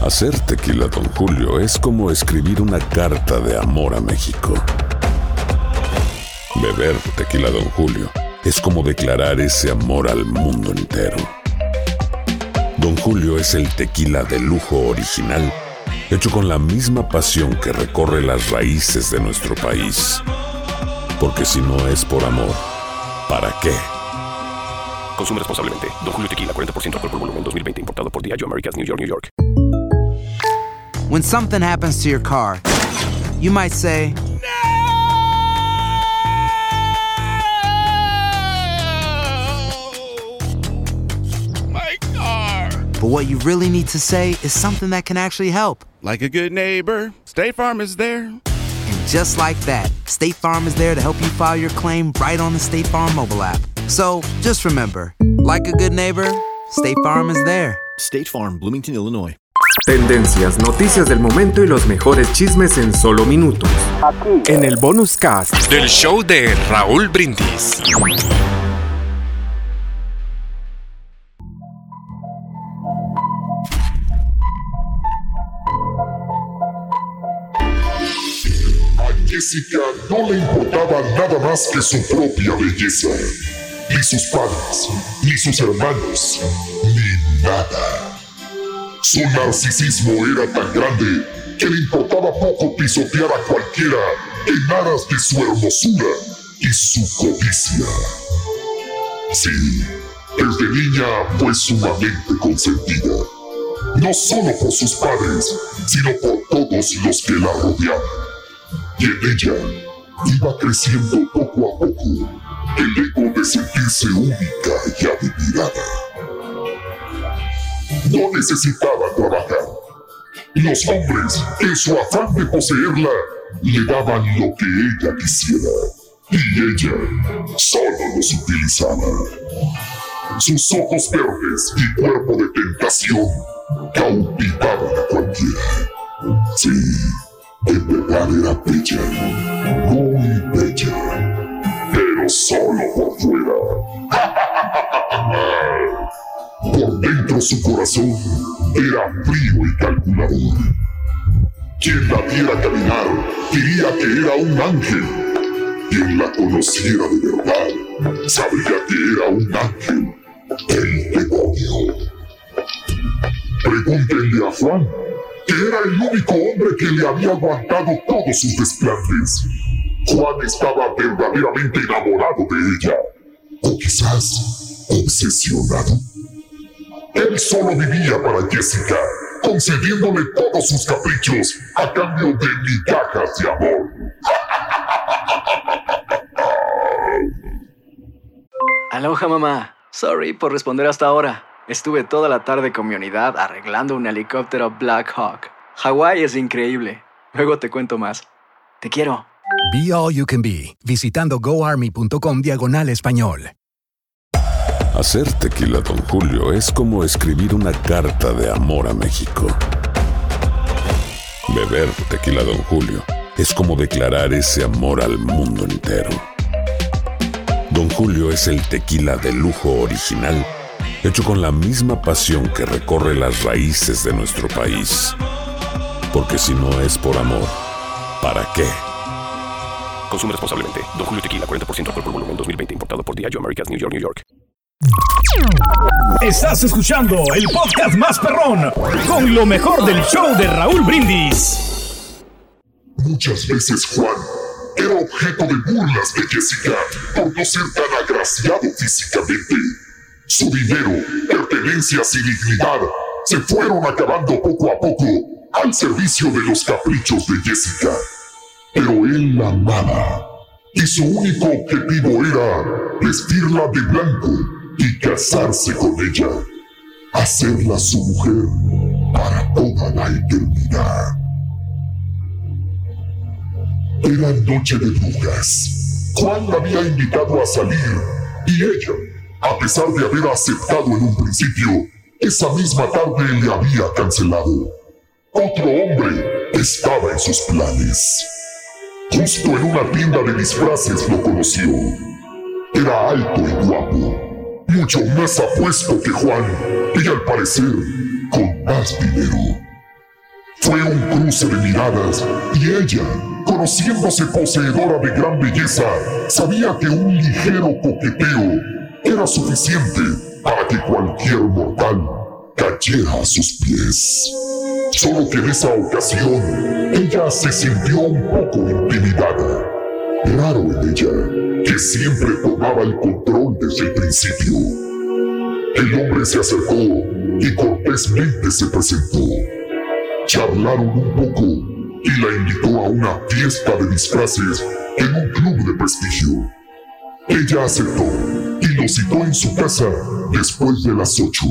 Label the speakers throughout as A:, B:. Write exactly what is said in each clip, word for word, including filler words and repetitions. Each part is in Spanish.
A: Hacer tequila Don Julio es como escribir una carta de amor a México. Beber tequila Don Julio es como declarar ese amor al mundo entero. Don Julio es el tequila de lujo original, hecho con la misma pasión que recorre las raíces de nuestro país. Porque si no es por amor, ¿para qué?
B: Consume responsablemente. Don Julio Tequila, cuarenta por ciento alcohol por volumen, dos mil veinte, importado por Diageo Americas, New York, New York.
C: When something happens to your car, you might say,
D: My car!
C: but what you really need to say is something that can actually help.
D: Like a good neighbor, State Farm is there.
C: And just like that, State Farm is there to help you file your claim right on the State Farm mobile app. So just remember, like a good neighbor, State Farm is there.
E: State Farm, Bloomington, Illinois.
F: Tendencias, noticias del momento y los mejores chismes en solo minutos. Aquí. En el bonus cast
G: del show de Raúl Brindis.
H: A Jessica no le importaba nada más que su propia belleza. Ni sus padres, ni sus hermanos, ni nada. Su narcisismo era tan grande que le importaba poco pisotear a cualquiera en aras de su hermosura y su codicia. Sí, desde niña fue sumamente consentida, no solo por sus padres, sino por todos los que la rodeaban. Y en ella iba creciendo poco a poco el ego de sentirse única y admirada. No necesitaba trabajar. Los hombres, en su afán de poseerla, le daban lo que ella quisiera. Y ella solo los utilizaba. Sus ojos verdes y cuerpo de tentación cautivaban a cualquiera. Sí, en verdad era bella, muy bella, pero solo por fuera. Por dentro su corazón era frío y calculador. Quien la viera caminar diría que era un ángel. Quien la conociera de verdad sabría que era un ángel del demonio. Pregúntenle a Juan, que era el único hombre que le había aguantado todos sus desplantes. Juan estaba verdaderamente enamorado de ella, o quizás obsesionado. Él solo vivía para Jessica, concediéndole todos sus caprichos a cambio de migajas de amor.
I: Aloha, mamá. Sorry por responder hasta ahora. Estuve toda la tarde con mi unidad arreglando un helicóptero Black Hawk. Hawái es increíble. Luego te cuento más. Te quiero.
J: Be All You Can Be, visitando goarmy.com diagonal español.
A: Hacer tequila Don Julio es como escribir una carta de amor a México. Beber tequila Don Julio es como declarar ese amor al mundo entero. Don Julio es el tequila de lujo original, hecho con la misma pasión que recorre las raíces de nuestro país. Porque si no es por amor, ¿para qué?
B: Consume responsablemente. Don Julio Tequila, cuarenta por ciento alcohol por volumen, dos mil veinte, importado por Diageo Americas, New York, New York.
K: Estás escuchando el podcast más perrón con lo mejor del show de Raúl Brindis.
H: Muchas veces Juan era objeto de burlas de Jessica por no ser tan agraciado físicamente. Su dinero, pertenencias y dignidad se fueron acabando poco a poco al servicio de los caprichos de Jessica. Pero él la amaba y su único objetivo era vestirla de blanco y casarse con ella, hacerla su mujer para toda la eternidad. Era noche de brujas. Juan la había invitado a salir y ella, a pesar de haber aceptado en un principio, esa misma tarde le había cancelado. Otro hombre estaba en sus planes. Justo en una tienda de disfraces lo conoció. Era alto y guapo, mucho más apuesto que Juan y al parecer con más dinero. Fue un cruce de miradas y ella, conociéndose poseedora de gran belleza, sabía que un ligero coqueteo era suficiente para que cualquier mortal cayera a sus pies. Solo que en esa ocasión, ella se sintió un poco intimidada. Raro en ella, que siempre tomaba el control desde el principio. El hombre se acercó y cortésmente se presentó. Charlaron un poco y la invitó a una fiesta de disfraces en un club de prestigio. Ella aceptó y lo citó en su casa después de las ocho.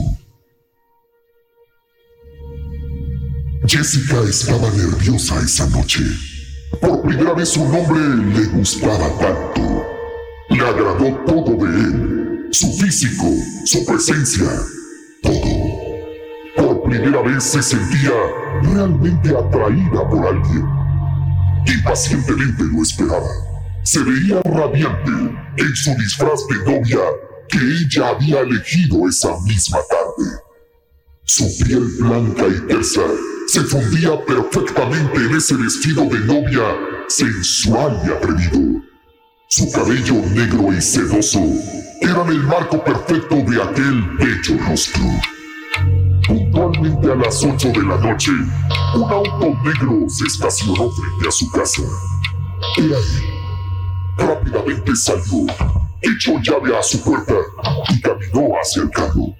H: Jessica estaba nerviosa esa noche. Por primera vez un hombre le gustaba tanto. Le agradó todo de él, su físico, su presencia, todo. Por primera vez se sentía realmente atraída por alguien. Impacientemente lo esperaba. Se veía radiante en su disfraz de novia que ella había elegido esa misma tarde. Su piel blanca y tersa se fundía perfectamente en ese vestido de novia sensual y atrevido. Su cabello negro y sedoso eran el marco perfecto de aquel bello rostro. Puntualmente a las ocho de la noche, un auto negro se estacionó frente a su casa. Era él. Rápidamente salió, echó llave a su puerta y caminó hacia el carro.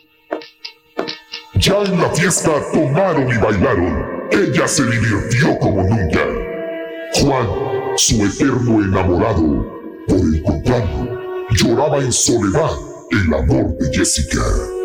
H: Ya en la fiesta tomaron y bailaron. Ella se divirtió como nunca. Juan, su eterno enamorado, por el contrario, lloraba en soledad el amor de Jessica.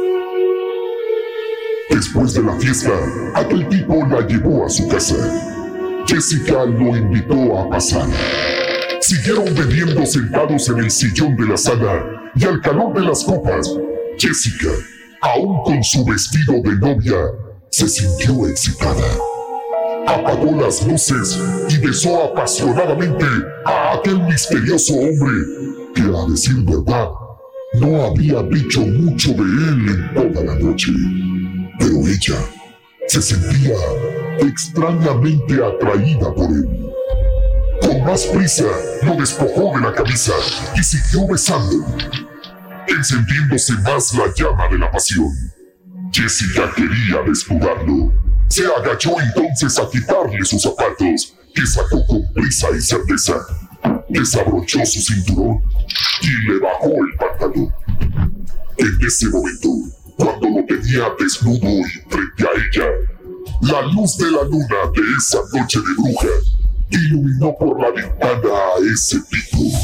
H: Después de la fiesta, aquel tipo la llevó a su casa. Jessica lo invitó a pasar. Siguieron bebiendo sentados en el sillón de la sala y al calor de las copas, Jessica, aún con su vestido de novia, se sintió excitada. Apagó las luces y besó apasionadamente a aquel misterioso hombre que, a decir verdad, no había dicho mucho de él en toda la noche. Pero ella se sentía extrañamente atraída por él. Con más prisa, lo despojó de la camisa y siguió besando, encendiéndose más la llama de la pasión. Jessica quería desnudarlo. Se agachó entonces a quitarle sus zapatos, que sacó con prisa y certeza. Desabrochó su cinturón y le bajó el pantalón. En ese momento, cuando lo tenía desnudo y frente a ella, la luz de la luna de esa noche de bruja iluminó por la ventana a ese tipo.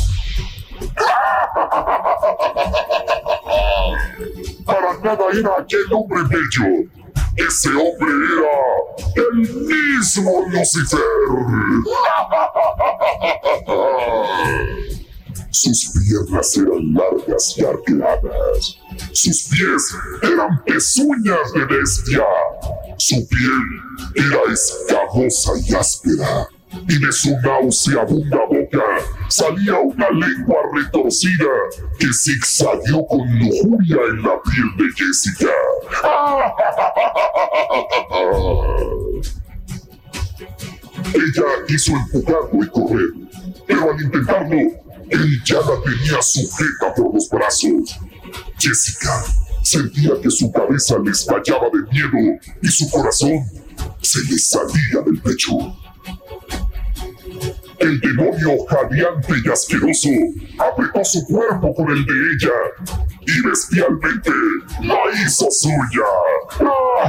H: Para nada era aquel hombre bello. Ese hombre era el mismo Lucifer. Sus piernas eran largas y arqueadas. Sus pies eran pezuñas de bestia. Su piel era escamosa y áspera. Y de su nauseabunda boca salía una lengua retorcida que zigzagueó con lujuria en la piel de Jessica. Ella quiso empujarlo y correr, pero al intentarlo, él ya la tenía sujeta por los brazos. Jessica sentía que su cabeza le estallaba de miedo y su corazón se le salía del pecho. El demonio jadeante y asqueroso apretó su cuerpo con el de ella y bestialmente la hizo suya.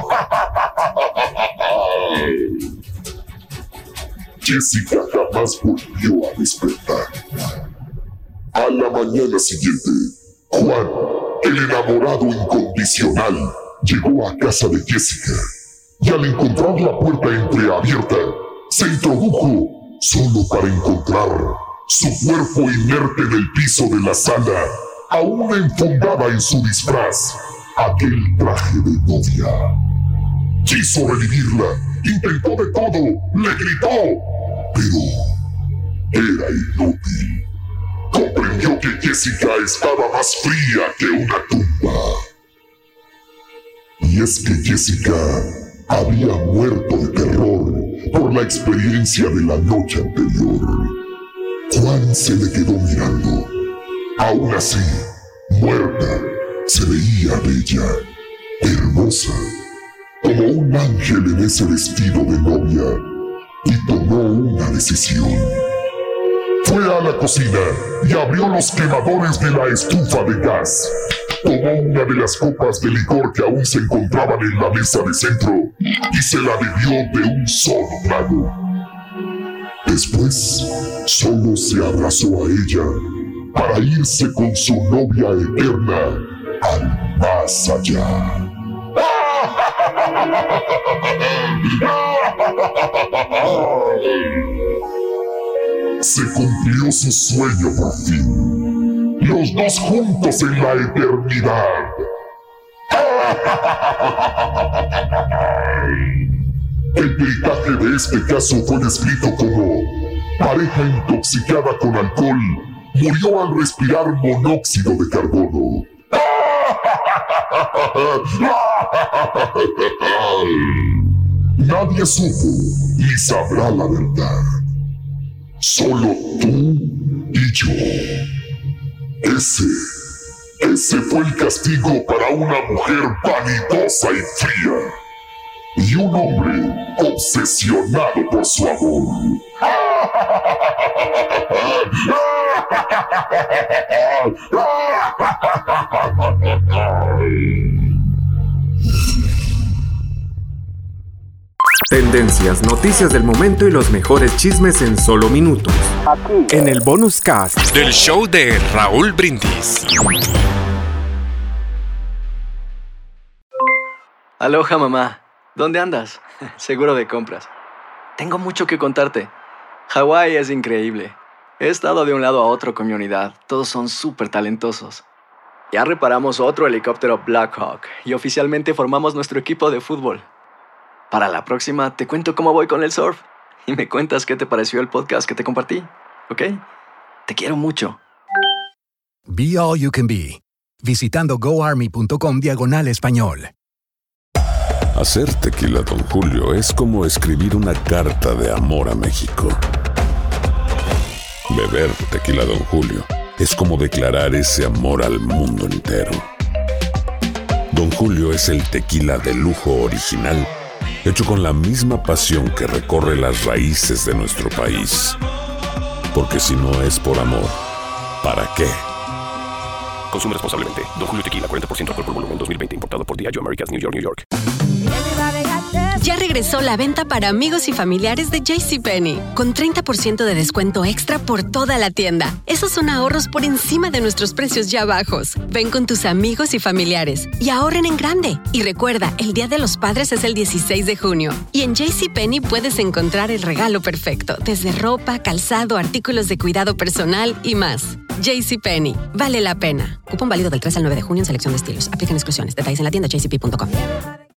H: Jessica jamás volvió a despertar. A la mañana siguiente, Juan, el enamorado incondicional, llegó a casa de Jessica y al encontrar la puerta entreabierta, se introdujo solo para encontrar su cuerpo inerte en el piso de la sala, aún enfundada en su disfraz, aquel traje de novia. Quiso revivirla, intentó de todo, le gritó, pero era inútil. Comprendió que Jessica estaba más fría que una tumba. Y es que Jessica había muerto de terror por la experiencia de la noche anterior. Juan se le quedó mirando. Aún así, muerta, se veía bella, hermosa, como un ángel en ese vestido de novia, y tomó una decisión. Fue a la cocina y abrió los quemadores de la estufa de gas. Tomó una de las copas de licor que aún se encontraban en la mesa de centro y se la bebió de un solo trago. Después, solo se abrazó a ella para irse con su novia eterna al más allá. Se cumplió su sueño por fin. Los dos juntos en la eternidad. El peritaje de este caso fue descrito como pareja intoxicada con alcohol murió al respirar monóxido de carbono. Nadie supo ni sabrá la verdad. Solo tú y yo. Ese, ese fue el castigo para una mujer vanidosa y fría. Y un hombre obsesionado por su amor.
F: Tendencias, noticias del momento y los mejores chismes en solo minutos. Aquí, en el Bonus Cast
G: del show de Raúl Brindis.
I: Aloha, mamá. ¿Dónde andas? Seguro de compras. Tengo mucho que contarte. Hawái es increíble. He estado de un lado a otro con mi unidad. Todos son súper talentosos. Ya reparamos otro helicóptero Black Hawk y oficialmente formamos nuestro equipo de fútbol. Para la próxima te cuento cómo voy con el surf y me cuentas qué te pareció el podcast que te compartí, ¿ok? Te quiero mucho.
J: Be All You Can Be, visitando goarmy.com diagonal español.
A: Hacer tequila Don Julio es como escribir una carta de amor a México. Beber tequila Don Julio es como declarar ese amor al mundo entero. Don Julio es el tequila de lujo original, hecho con la misma pasión que recorre las raíces de nuestro país. Porque si no es por amor, ¿para qué?
B: Consume responsablemente. Don Julio Tequila, cuarenta por ciento alcohol por volumen, dos mil veinte. Importado por Diageo Americas, New York, New York.
L: Ya regresó la venta para amigos y familiares de JCPenney, con treinta por ciento de descuento extra por toda la tienda. Esos son ahorros por encima de nuestros precios ya bajos. Ven con tus amigos y familiares y ahorren en grande. Y recuerda, el Día de los Padres es el dieciséis de junio. Y en JCPenney puedes encontrar el regalo perfecto, desde ropa, calzado, artículos de cuidado personal y más. JCPenney, vale la pena. Cupón válido del tres al nueve de junio en selección de estilos. Aplican exclusiones. Detalles en la tienda j c p punto com.